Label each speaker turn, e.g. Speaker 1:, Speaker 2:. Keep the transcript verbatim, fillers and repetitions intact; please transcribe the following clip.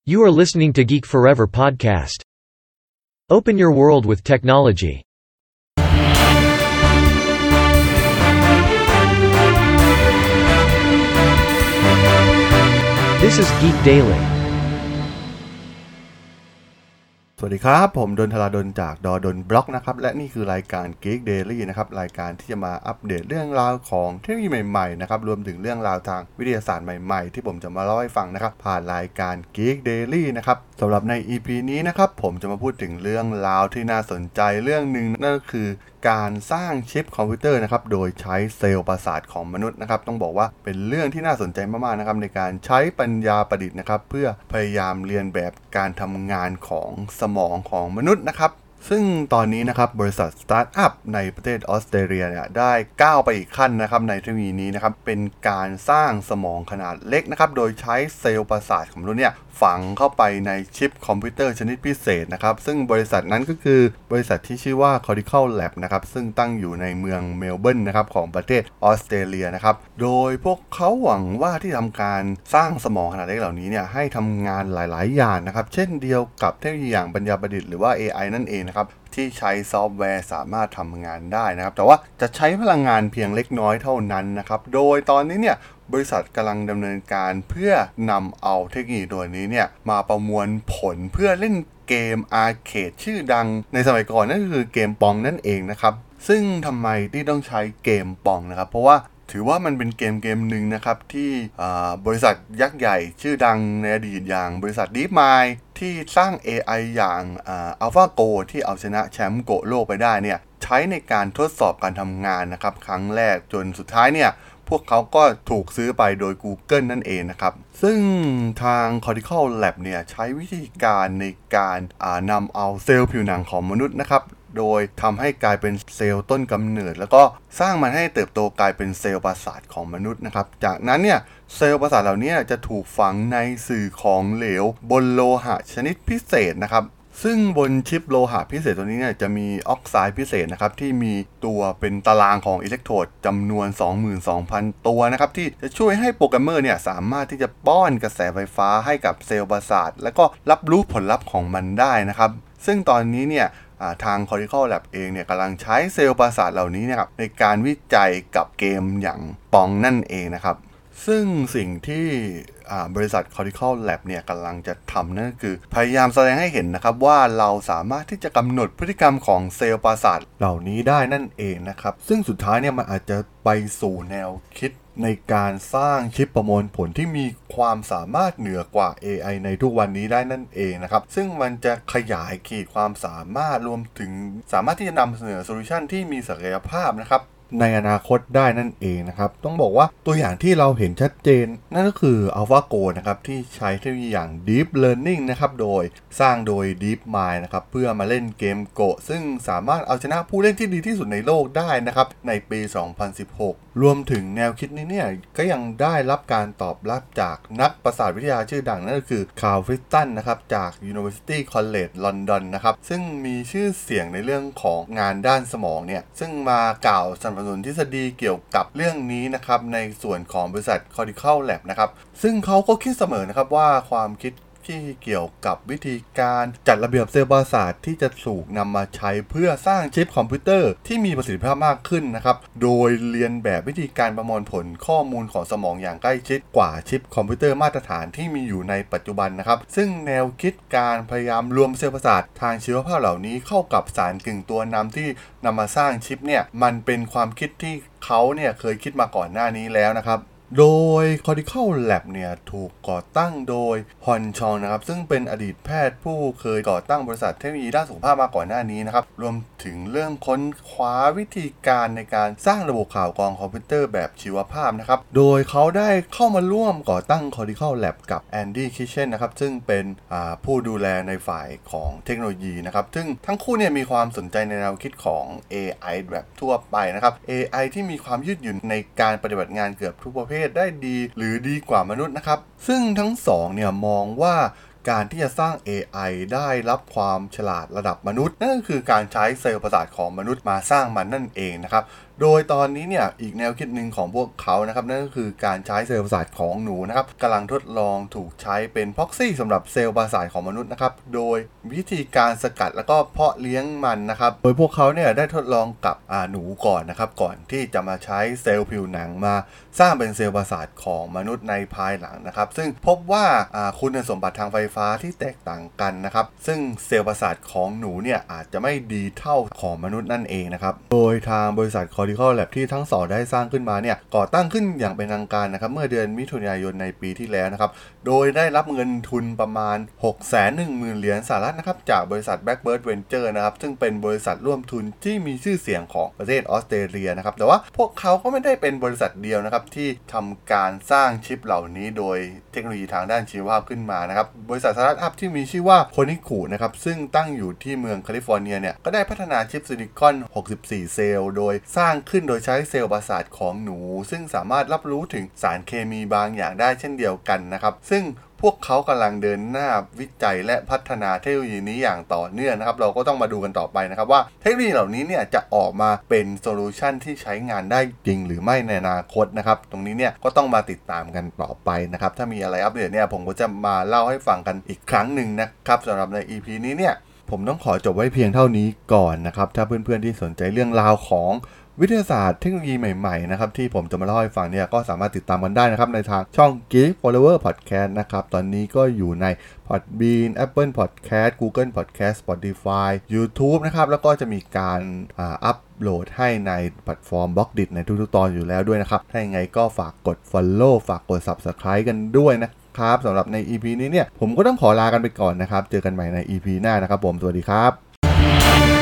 Speaker 1: You are listening to Geek Forever podcast. Open your world with technology. This is Geek Daily.
Speaker 2: สวัสดีครับผมดนทราดลจากดดลบล็อกนะครับและนี่คือรายการ Geek Daily นะครับรายการที่จะมาอัปเดตเรื่องราวของเทคโนโลยีใหม่ๆนะครับรวมถึงเรื่องราวทางวิทยาศาสตร์ใหม่ๆที่ผมจะมาเล่าให้ฟังนะครับผ่านรายการ Geek Daily นะครับสำหรับใน อี พี นี้นะครับผมจะมาพูดถึงเรื่องราวที่น่าสนใจเรื่องนึงนั่นก็คือการสร้างชิปคอมพิวเตอร์นะครับโดยใช้เซลล์ประสาทของมนุษย์นะครับต้องบอกว่าเป็นเรื่องที่น่าสนใจมากๆนะครับในการใช้ปัญญาประดิษฐ์นะครับเพื่อพยายามเรียนแบบการทำงานของสมองของมนุษย์นะครับซึ่งตอนนี้นะครับบริษัทสตาร์ทอัพในประเทศออสเตรเลียเนี่ยได้ก้าวไปอีกขั้นนะครับในเทคโนโลยีนี้นะครับเป็นการสร้างสมองขนาดเล็กนะครับโดยใช้เซลล์ประสาทของมนุษย์เนี่ยฝังเข้าไปในชิปคอมพิวเตอร์ชนิดพิเศษนะครับซึ่งบริษัทนั้นก็คือบริษัทที่ชื่อว่า Cortical Lab นะครับซึ่งตั้งอยู่ในเมืองเมลเบิร์นนะครับของประเทศออสเตรเลียนะครับโดยพวกเขาหวังว่าที่ทำการสร้างสมองขนาดเล็กเหล่านี้เนี่ยให้ทำงานหลายๆอย่างนะครับเช่นเดียวกับเทคโนโลยีอย่างปัญญาประดิษฐ์หรือว่า เอ ไอ นั่นเองนะครับที่ใช้ซอฟต์แวร์สามารถทำงานได้นะครับแต่ว่าจะใช้พลังงานเพียงเล็กน้อยเท่านั้นนะครับโดยตอนนี้เนี่ยบริษัทกำลังดำเนินการเพื่อนำเอาเทคโนโลยีตัวนี้เนี่ยมาประมวลผลเพื่อเล่นเกมอาร์เคดชื่อดังในสมัยก่อนนั่นก็คือเกมปองนั่นเองนะครับซึ่งทำไมที่ต้องใช้เกมปองนะครับเพราะว่าถือว่ามันเป็นเกมเกมหนึ่งนะครับที่บริษัทยักษ์ใหญ่ชื่อดังในอดีตอย่างบริษัท DeepMind ที่สร้าง เอ ไอ อย่าง AlphaGo ที่เอาชนะแชมป์โกโลกไปได้เนี่ยใช้ในการทดสอบการทำงานนะครับครั้งแรกจนสุดท้ายเนี่ยพวกเขาก็ถูกซื้อไปโดย Google นั่นเองนะครับซึ่งทาง Cortical Lab เนี่ยใช้วิธีการในการนำเอาเซลล์ผิวหนังของมนุษย์นะครับโดยทำให้กลายเป็นเซลล์ต้นกำเนิดแล้วก็สร้างมันให้เติบโตกลายเป็นเซลล์ประสาทของมนุษย์นะครับจากนั้นเนี่ยเซลล์ประสาทเหล่านี้จะถูกฝังในสื่อของเหลวบนโลหะชนิดพิเศษนะครับซึ่งบนชิปโลหะพิเศษตัวนี้เนี่ยจะมีออกไซด์พิเศษนะครับที่มีตัวเป็นตารางของอิเล็กโทรดจำนวน สองหมื่นสองพัน ตัวนะครับที่จะช่วยให้โปรแกรมเมอร์เนี่ยสามารถที่จะป้อนกระแสไฟฟ้าให้กับเซลล์ประสาทแล้วก็รับรู้ผลลัพธ์ของมันได้นะครับซึ่งตอนนี้เนี่ยทาง Cortical Lab เองเนี่ยกำลังใช้เซลล์ประสาทเหล่านี้นะครับในการวิจัยกับเกมอย่างปองนั่นเองนะครับซึ่งสิ่งที่บริษัท Cortical Lab เนี่ยกำลังจะทำนั่นก็คือพยายามแสดงให้เห็นนะครับว่าเราสามารถที่จะกำหนดพฤติกรรมของเซลล์ประสาทเหล่านี้ได้นั่นเองนะครับซึ่งสุดท้ายเนี่ยมันอาจจะไปสู่แนวคิดในการสร้างชิปประมวลผลที่มีความสามารถเหนือกว่า เอ ไอ ในทุกวันนี้ได้นั่นเองนะครับซึ่งมันจะขยายขีดความสามารถรวมถึงสามารถที่จะนำเสนอโซลูชันที่มีศักยภาพนะครับในอนาคตได้นั่นเองนะครับต้องบอกว่าตัวอย่างที่เราเห็นชัดเจนนั่นก็คือ AlphaGo นะครับที่ใช้เทคโนโลยีอย่าง Deep Learning นะครับโดยสร้างโดย DeepMind นะครับเพื่อมาเล่นเกมโกะซึ่งสามารถเอาชนะผู้เล่นที่ดีที่สุดในโลกได้นะครับในปี สองพันสิบหก รวมถึงแนวคิดนี้เนี่ยก็ยังได้รับการตอบรับจากนักประสาทวิทยาชื่อดังนั่นก็คือคาร์ล ฟริตตันนะครับจาก University College London นะครับซึ่งมีชื่อเสียงในเรื่องของงานด้านสมองเนี่ยซึ่งมากล่าวสนับสนุนทฤษฎีเกี่ยวกับเรื่องนี้นะครับในส่วนของบริษัท Cortical Lab นะครับซึ่งเขาก็คิดเสมอนะครับว่าความคิดที่เกี่ยวกับวิธีการจัดระเบียบเซลล์ประสาทที่จะถูกนำมาใช้เพื่อสร้างชิปคอมพิวเตอร์ที่มีประสิทธิภาพมากขึ้นนะครับโดยเรียนแบบวิธีการประมวลผลข้อมูลของสมองอย่างใกล้ชิดกว่าชิปคอมพิวเตอร์มาตรฐานที่มีอยู่ในปัจจุบันนะครับซึ่งแนวคิดการพยายามรวมเซลล์ประสาททางชีวภาพเหล่านี้เข้ากับสารกึ่งตัวนำที่นำมาสร้างชิปเนี่ยมันเป็นความคิดที่เขาเนี่ยเคยคิดมาก่อนหน้านี้แล้วนะครับโดย Cortical Lab เนี่ยถูกก่อตั้งโดยฮอนชองนะครับซึ่งเป็นอดีตแพทย์ผู้เคยก่อตั้งบริษัทเทคโนโลยีด้านสุขภาพมาก่อนหน้านี้นะครับรวมถึงเรื่องค้นคว้าวิธีการในการสร้างระบบข่าวกรองคอมพิวเตอร์แบบชีวภาพนะครับโดยเขาได้เข้ามาร่วมก่อตั้ง Cortical Lab กับแอนดี้คิชเชนนะครับซึ่งเป็นผู้ดูแลในฝ่ายของเทคโนโลยีนะครับซึ่งทั้งคู่เนี่ยมีความสนใจในแนวคิดของ เอ ไอ แบบทั่วไปนะครับ เอ ไอ ที่มีความยืดหยุ่นในการปฏิบัติงานเกือบทุกประเภทได้ดีหรือดีกว่ามนุษย์นะครับซึ่งทั้งสองเนี่ยมองว่า การที่จะสร้าง เอ ไอ ได้รับความฉลาดระดับมนุษย์นั่นก็คือการใช้เซลล์ประสาทของมนุษย์มาสร้างมันนั่นเองนะครับโดยตอนนี้เนี่ยอีกแนวคิดหนึ่งของพวกเขานะครับนั่นก็คือการใช้เซลล์ประสาทของหนูนะครับกำลังทดลองถูกใช้เป็นพ็อกซี่สำหรับเซลล์ประสาทของมนุษย์นะครับโดยวิธีการสกัดแล้วก็เพาะเลี้ยงมันนะครับโดยพวกเขาเนี่ยได้ทดลองกับหนูก่อนนะครับก่อนที่จะมาใช้เซลล์ผิวหนังมาสร้างเป็นเซลล์ประสาทของมนุษย์ในภายหลังนะครับซึ่งพบว่าคุณสมบัติทางไฟฟ้าที่แตกต่างกันนะครับซึ่งเซลล์ประสาทของหนูเนี่ยอาจจะไม่ดีเท่าของมนุษย์นั่นเองนะครับโดยทางบริษัท Cortical Lab ที่ทั้งสองได้สร้างขึ้นมาเนี่ยก่อตั้งขึ้นอย่างเป็นทางการนะครับเมื่อเดือนมิถุนายนในปีที่แล้วนะครับโดยได้รับเงินทุนประมาณ หกแสนหนึ่งหมื่น เหรียญสหรัฐนะครับจากบริษัท Blackbird Venture นะครับซึ่งเป็นบริษัทร่วมทุนที่มีชื่อเสียงของประเทศออสเตรเลียนะครับแต่ว่าพวกเขาก็ไม่ได้เป็นบริษัทเดียวนะครับที่ทำการสร้างชิปเหล่านี้โดยเทคโนโลยีทางด้านชีวภาพขึ้นมานะครับบริษัทสตาร์ทอัพที่มีชื่อว่าโคนิคุนะครับซึ่งตั้งอยู่ที่เมืองแคลิฟอร์เนียเนี่ยก็ได้พัฒนาชิปซิลิคอนหกสิบสี่เซลล์โดยสร้างขึ้นโดยใช้เซลล์ประสาทของหนูซึ่งสามารถรับรู้ถึงสารเคมีบางอย่างได้เช่นเดียวกันนะครับซึ่งพวกเขากำลังเดินหน้าวิจัยและพัฒนาเทคโนโลยีนี้อย่างต่อเนื่องนะครับเราก็ต้องมาดูกันต่อไปนะครับว่าเทคโนโลยีเหล่านี้เนี่ยจะออกมาเป็นโซลูชันที่ใช้งานได้จริงหรือไม่ในอนาคตนะครับตรงนี้เนี่ยก็ต้องมาติดตามกันต่อไปนะครับถ้ามีอะไรอัปเดตเนี่ยผมก็จะมาเล่าให้ฟังกันอีกครั้งหนึ่งนะครับสำหรับใน อี พี นี้เนี่ยผมต้องขอจบไว้เพียงเท่านี้ก่อนนะครับถ้าเพื่อนๆที่สนใจเรื่องราวของวิทยาศาสตร์เทคโนโลยีใหม่ๆนะครับที่ผมจะมาเล่าให้ฟังเนี่ยก็สามารถติดตามกันได้นะครับในทางช่อง Geek Flower Podcast นะครับตอนนี้ก็อยู่ใน Podbean Apple Podcast Google Podcast Spotify YouTube นะครับแล้วก็จะมีการอ่าอัปโหลดให้ในแพลตฟอร์ม Blockdit ในทุกๆตอนอยู่แล้วด้วยนะครับถ้าอย่างไรก็ฝากกด Follow ฝากกด Subscribe กันด้วยนะครับสำหรับใน อี พี นี้เนี่ยผมก็ต้องขอลากันไปก่อนนะครับเจอกันใหม่ใน อี พี หน้านะครับผมสวัสดีครับ